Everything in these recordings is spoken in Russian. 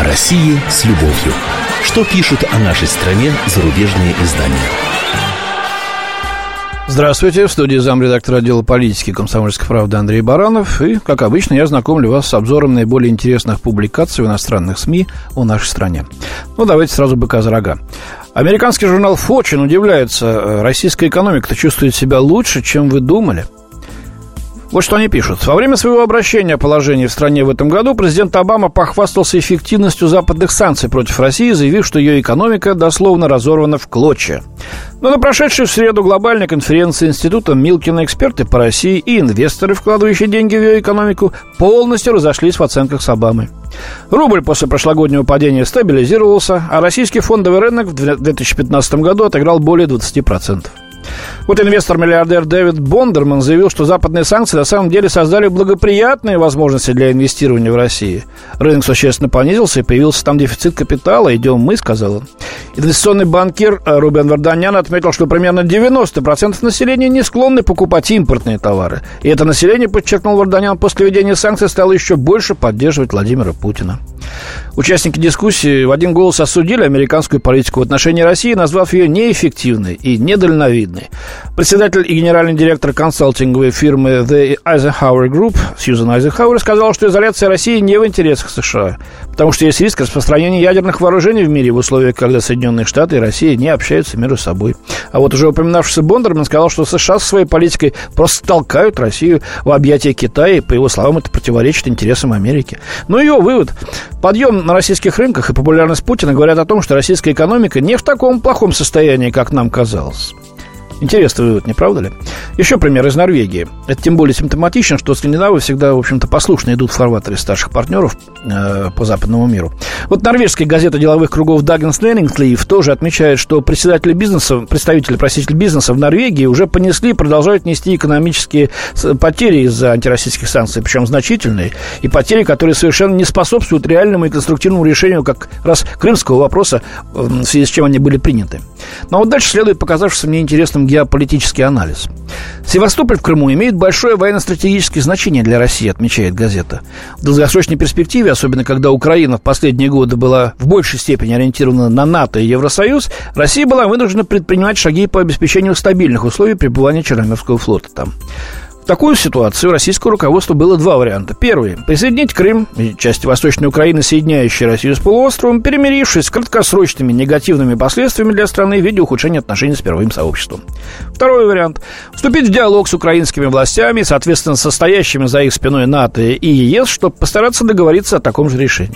О России с любовью. Что пишут о нашей стране зарубежные издания? Здравствуйте, в студии замредактора отдела политики «Комсомольской правды» Андрей Баранов. И, как обычно, я знакомлю вас с обзором наиболее интересных публикаций в иностранных СМИ о нашей стране. Ну, давайте сразу быка за рога. Американский журнал Fortune удивляется: российская экономика-то чувствует себя лучше, чем вы думали. Вот что они пишут. Во время своего обращения о положении в стране в этом году президент Обама похвастался эффективностью западных санкций против России, заявив, что ее экономика дословно разорвана в клочья. Но на прошедшей в среду глобальной конференции Института Милкина эксперты по России и инвесторы, вкладывающие деньги в ее экономику, полностью разошлись в оценках с Обамой. Рубль после прошлогоднего падения стабилизировался, а российский фондовый рынок в 2015 году отыграл более 20%. Вот инвестор-миллиардер Дэвид Бондерман заявил, что западные санкции на самом деле создали благоприятные возможности для инвестирования в России. Рынок существенно понизился, и появился там дефицит капитала. Идем мы, сказал он. Инвестиционный банкир Рубен Варданян отметил, что примерно 90% населения не склонны покупать импортные товары. И это население, подчеркнул Варданян, после введения санкций стало еще больше поддерживать Владимира Путина. Участники дискуссии в один голос осудили американскую политику в отношении России, назвав ее неэффективной и недальновидной. Председатель и генеральный директор консалтинговой фирмы The Eisenhower Group Сьюзан Айзенхауэр сказала, что изоляция России не в интересах США, потому что есть риск распространения ядерных вооружений в мире в условиях, когда Соединенные Штаты и Россия не общаются между собой. А вот уже упоминавшийся Бондерман сказал, что США со своей политикой просто толкают Россию в объятия Китая, и, по его словам, это противоречит интересам Америки. Но ее вывод: подъем на российских рынках и популярность Путина говорят о том, что российская экономика не в таком плохом состоянии, как нам казалось. Интересный вывод, не правда ли? Еще пример из Норвегии. Это тем более симптоматично, что скандинавы всегда, в общем-то, послушно идут в фарватере старших партнеров по западному миру. Вот норвежская газета деловых кругов Dagens Næringsliv тоже отмечает, что представители бизнеса в Норвегии уже понесли и продолжают нести экономические потери из-за антироссийских санкций, причем значительные, и потери, которые совершенно не способствуют реальному и конструктивному решению как раз крымского вопроса, в связи с чем они были приняты. Но вот дальше следует показавшийся мне интересным геополитический анализ. Севастополь в Крыму имеет большое военно-стратегическое значение для России, отмечает газета. В долгосрочной перспективе, особенно когда Украина в последние годы была в большей степени ориентирована на НАТО и Евросоюз, Россия была вынуждена предпринимать шаги по обеспечению стабильных условий пребывания Черноморского флота там. В такую ситуацию у российского руководства было два варианта. Первый – присоединить Крым и части Восточной Украины, соединяющие Россию с полуостровом, перемирившись с краткосрочными негативными последствиями для страны в виде ухудшения отношений с мировым сообществом. Второй вариант – вступить в диалог с украинскими властями, соответственно, состоящими за их спиной НАТО и ЕС, чтобы постараться договориться о таком же решении.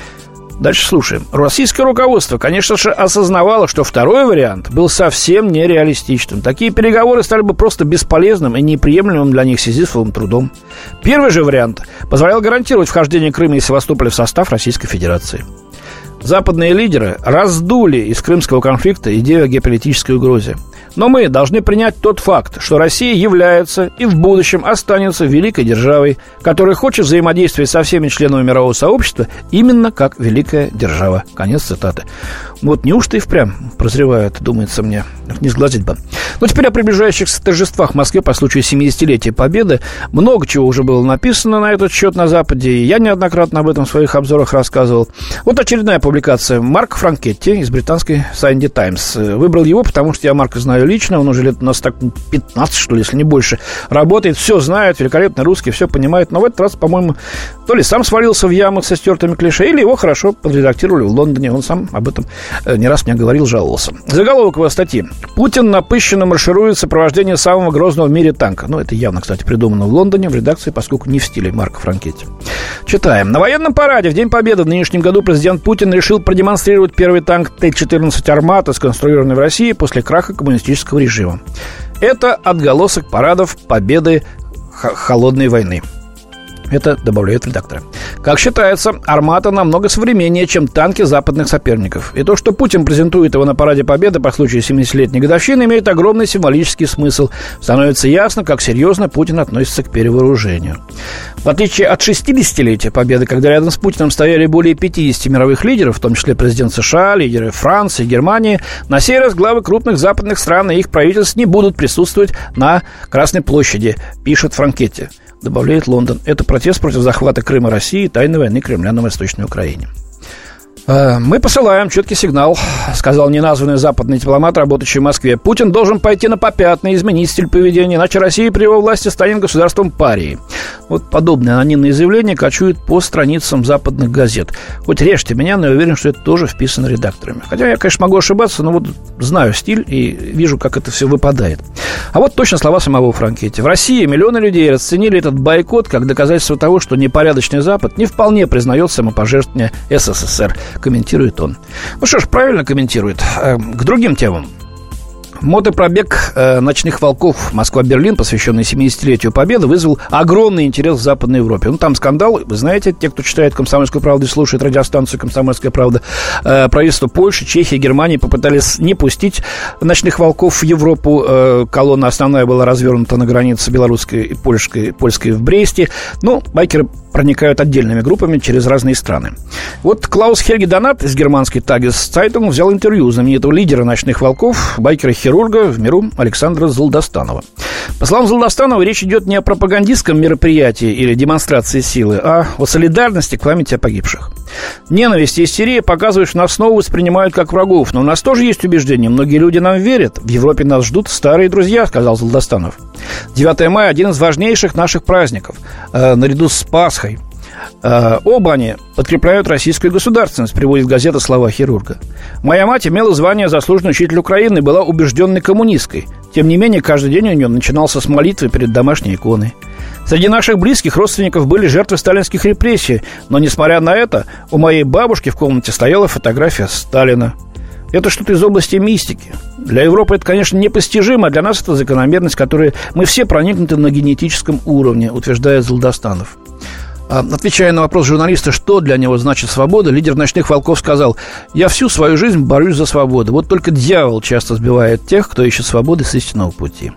Дальше слушаем. Российское руководство, конечно же, осознавало, что второй вариант был совсем нереалистичным. Такие переговоры стали бы просто бесполезным и неприемлемым для них сизифовым трудом. Первый же вариант позволял гарантировать вхождение Крыма и Севастополя в состав Российской Федерации. Западные лидеры раздули из крымского конфликта идею о геополитической угрозе. Но мы должны принять тот факт, что Россия является и в будущем останется великой державой, которая хочет взаимодействовать со всеми членами мирового сообщества именно как великая держава. Конец цитаты. Вот неужто и впрямь прозревают, думается мне, не сглазить бы. Но теперь о приближающихся торжествах в Москве по случаю 70-летия Победы. Много чего уже было написано на этот счет на Западе, и я неоднократно об этом в своих обзорах рассказывал. Вот очередная публикация. Марко Франкетти из британской Sunday Times. Выбрал его, потому что я Марка знаю лично, он уже лет у нас так 15, что ли, если не больше, работает, все знает, великолепно русский, все понимает, но в этот раз, по-моему, то ли сам свалился в яму со стертыми клише, или его хорошо подредактировали в Лондоне, он сам об этом не раз мне говорил, жаловался. Заголовок его статьи: «Путин напыщенно марширует в сопровождении самого грозного в мире танка». Ну, это явно, кстати, придумано в Лондоне, в редакции, поскольку не в стиле Марко Франкетти. Читаем. На военном параде в День Победы в нынешнем году президент Путин решил продемонстрировать первый танк Т-14 «Армата», сконструированный в России после краха коммунистического режима. Это отголосок парадов победы холодной войны. Это добавляют редакторы. Как считается, «Армата» намного современнее, чем танки западных соперников. И то, что Путин презентует его на параде Победы по случаю 70-летней годовщины, имеет огромный символический смысл. Становится ясно, как серьезно Путин относится к перевооружению. В отличие от 60-летия Победы, когда рядом с Путиным стояли более 50 мировых лидеров, в том числе президент США, лидеры Франции, Германии, на сей раз главы крупных западных стран и их правительств не будут присутствовать на Красной площади, пишет Франкетти. Добавляет Лондон. Это протест против захвата Крыма России и тайной войны Кремля на Восточной Украине. Мы посылаем четкий сигнал, сказал неназванный западный дипломат, работающий в Москве. Путин должен пойти на попятные, изменить стиль поведения, иначе Россия при его власти станет государством парии. Вот подобные анонимные заявления кочуют по страницам западных газет. Хоть режьте меня, но я уверен, что это тоже вписано редакторами. Хотя я, конечно, могу ошибаться, но вот знаю стиль и вижу, как это все выпадает. А вот точно слова самого Франкетти. В России миллионы людей расценили этот бойкот как доказательство того, что непорядочный Запад не вполне признает самопожертвование СССР, комментирует он. Ну что ж, правильно комментирует. К другим темам. Мотопробег «Ночных волков» Москва-Берлин, посвященный 70-летию Победы, вызвал огромный интерес в Западной Европе. Ну, там скандал, вы знаете, те, кто читает «Комсомольскую правду» и слушает радиостанцию «Комсомольская правда», правительство Польши, Чехии, Германии попытались не пустить «Ночных волков» в Европу. Колонна основная была развернута на границе белорусской и польской в Бресте. Но байкеры проникают отдельными группами через разные страны. Вот Клаус Хельги Донат из германской Tages-Zeitung взял интервью у знаменитого лидера «Ночных волков», байкера-хирурга в миру Александра Золдостанова. По словам Золдостанова, речь идет не о пропагандистском мероприятии или демонстрации силы, а о солидарности к памяти о погибших. Ненависть и истерия показывают, что нас снова воспринимают как врагов. Но у нас тоже есть убеждения. Многие люди нам верят. В Европе нас ждут старые друзья, сказал Золдостанов. 9 мая – один из важнейших наших праздников, наряду с Пасхой. Оба они подкрепляют российскую государственность, приводит газета «Слова хирурга». Моя мать имела звание заслуженный учитель Украины и была убежденной коммунисткой. Тем не менее, каждый день у нее начинался с молитвы перед домашней иконой. Среди наших близких родственников были жертвы сталинских репрессий, но, несмотря на это, у моей бабушки в комнате стояла фотография Сталина. Это что-то из области мистики. Для Европы это, конечно, непостижимо, а для нас это закономерность, которой мы все проникнуты на генетическом уровне, утверждает Золдостанов. Отвечая на вопрос журналиста, что для него значит свобода, лидер «Ночных волков» сказал: «Я всю свою жизнь борюсь за свободу. Вот только дьявол часто сбивает тех, кто ищет свободы с истинного пути».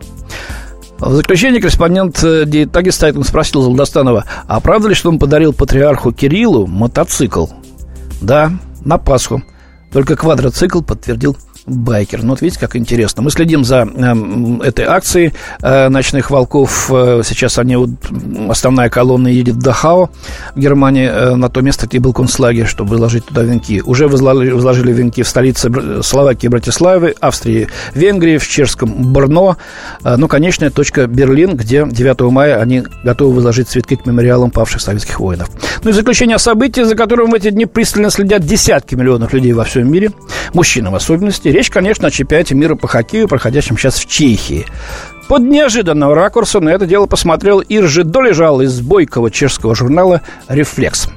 В заключение корреспондент Tages-Zeitung спросил Золдостанова: а правда ли, что он подарил патриарху Кириллу мотоцикл? Да, на Пасху. Только квадроцикл, подтвердил байкер. Ну, вот видите, как интересно. Мы следим за этой акцией «Ночных волков». Сейчас основная колонна едет в Дахау, в Германии, на то место, где был концлагерь, чтобы выложить туда венки. Уже возложили венки в столице Словакии, Братиславы, Австрии, Венгрии, в чешском Брно. Ну, конечная точка Берлин, где 9 мая они готовы возложить цветки к мемориалам павших советских воинов. Ну и в заключение о событии, за которым в эти дни пристально следят десятки миллионов людей во всем мире, мужчины в особенности. Речь, конечно, о чемпионате мира по хоккею, проходящем сейчас в Чехии. Под неожиданного ракурса на это дело посмотрел Иржи Долежал из бойкого чешского журнала «Рефлекс».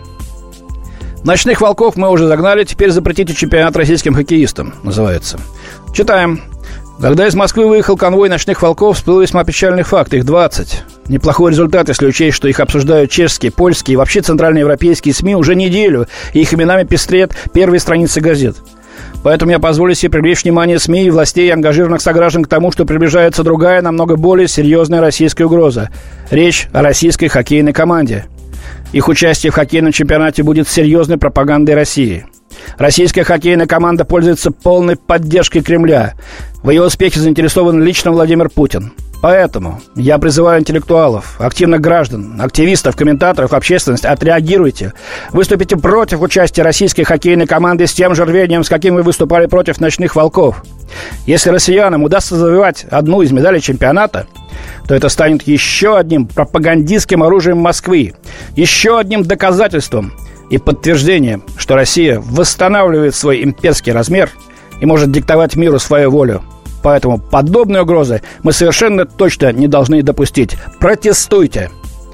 «Ночных волков мы уже загнали, теперь запретите чемпионат российским хоккеистам», называется. Читаем. Когда из Москвы выехал конвой «Ночных волков», всплыл весьма печальный факт. Их 20. Неплохой результат, если учесть, что их обсуждают чешские, польские и вообще центральноевропейские СМИ уже неделю, и их именами пестреют первые страницы газет. Поэтому я позволю себе привлечь внимание СМИ и властей и ангажированных сограждан к тому, что приближается другая, намного более серьезная российская угроза. Речь о российской хоккейной команде. Их участие в хоккейном чемпионате будет серьезной пропагандой России. Российская хоккейная команда пользуется полной поддержкой Кремля. В ее успехе заинтересован лично Владимир Путин. Поэтому я призываю интеллектуалов, активных граждан, активистов, комментаторов, общественность: отреагируйте. Выступите против участия российской хоккейной команды с тем же рвением, с каким вы выступали против «Ночных волков». Если россиянам удастся завоевать одну из медалей чемпионата, то это станет еще одним пропагандистским оружием Москвы, еще одним доказательством и подтверждением, что Россия восстанавливает свой имперский размер и может диктовать миру свою волю. Поэтому подобные угрозы мы совершенно точно не должны допустить. Протестуйте!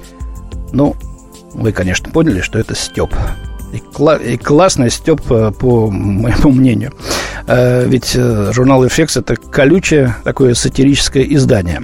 Ну, вы, конечно, поняли, что это стёб. И классный стёб, по моему мнению. Ведь журнал «Рефлекс» — это колючее такое сатирическое издание.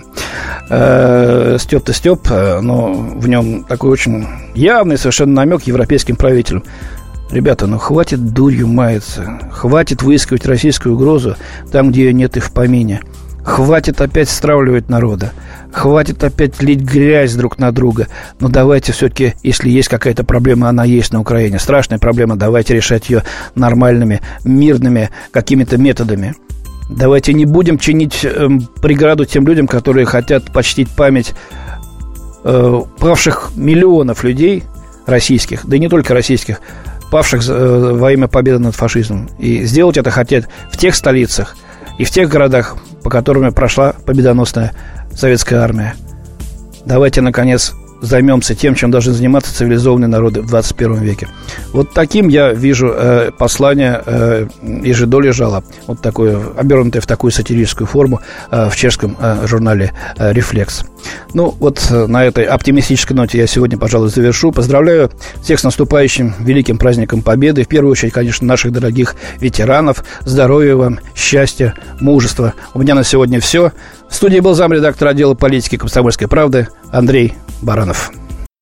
Стёб-то стёб, но в нем такой очень явный совершенно намек европейским правителям. Ребята, ну хватит дурью маяться. Хватит выискивать российскую угрозу там, где ее нет и в помине. Хватит опять стравливать народа. Хватит опять лить грязь друг на друга. Но давайте все-таки, если есть какая-то проблема, она есть на Украине. Страшная проблема, давайте решать ее нормальными, мирными какими-то методами. Давайте не будем чинить преграду тем людям, которые хотят почтить память павших миллионов людей российских, да и не только российских, павших во имя победы над фашизмом. И сделать это хотят в тех столицах и в тех городах, по которым прошла победоносная советская армия. Давайте, наконец, займемся тем, чем должны заниматься цивилизованные народы в 21 веке. Вот таким я вижу послание Ежедоле Жала, вот такое, обернутое в такую сатирическую форму в чешском журнале «Рефлекс». Ну, вот на этой оптимистической ноте я сегодня, пожалуй, завершу. Поздравляю всех с наступающим великим праздником Победы. В первую очередь, конечно, наших дорогих ветеранов. Здоровья вам, счастья, мужества. У меня на сегодня все. В студии был замредактор отдела политики «Комсомольской правды» Андрей Баранов.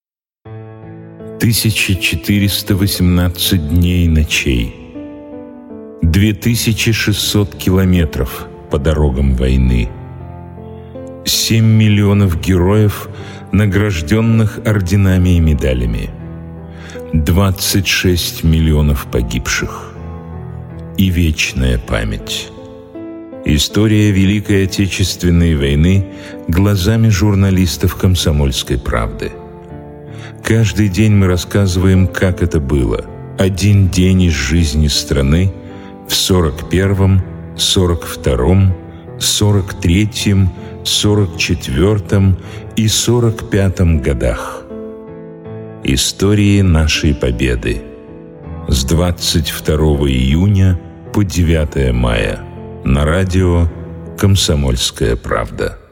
1418 дней и ночей, 2600 километров по дорогам войны, 7 миллионов героев, награжденных орденами и медалями, 26 миллионов погибших и вечная память. История Великой Отечественной войны глазами журналистов «Комсомольской правды». Каждый день мы рассказываем, как это было. Один день из жизни страны в 41-м, 42-м, 43-м, 44-м и 45-м годах. Истории нашей победы с 22 июня по 9 мая на радио «Комсомольская правда».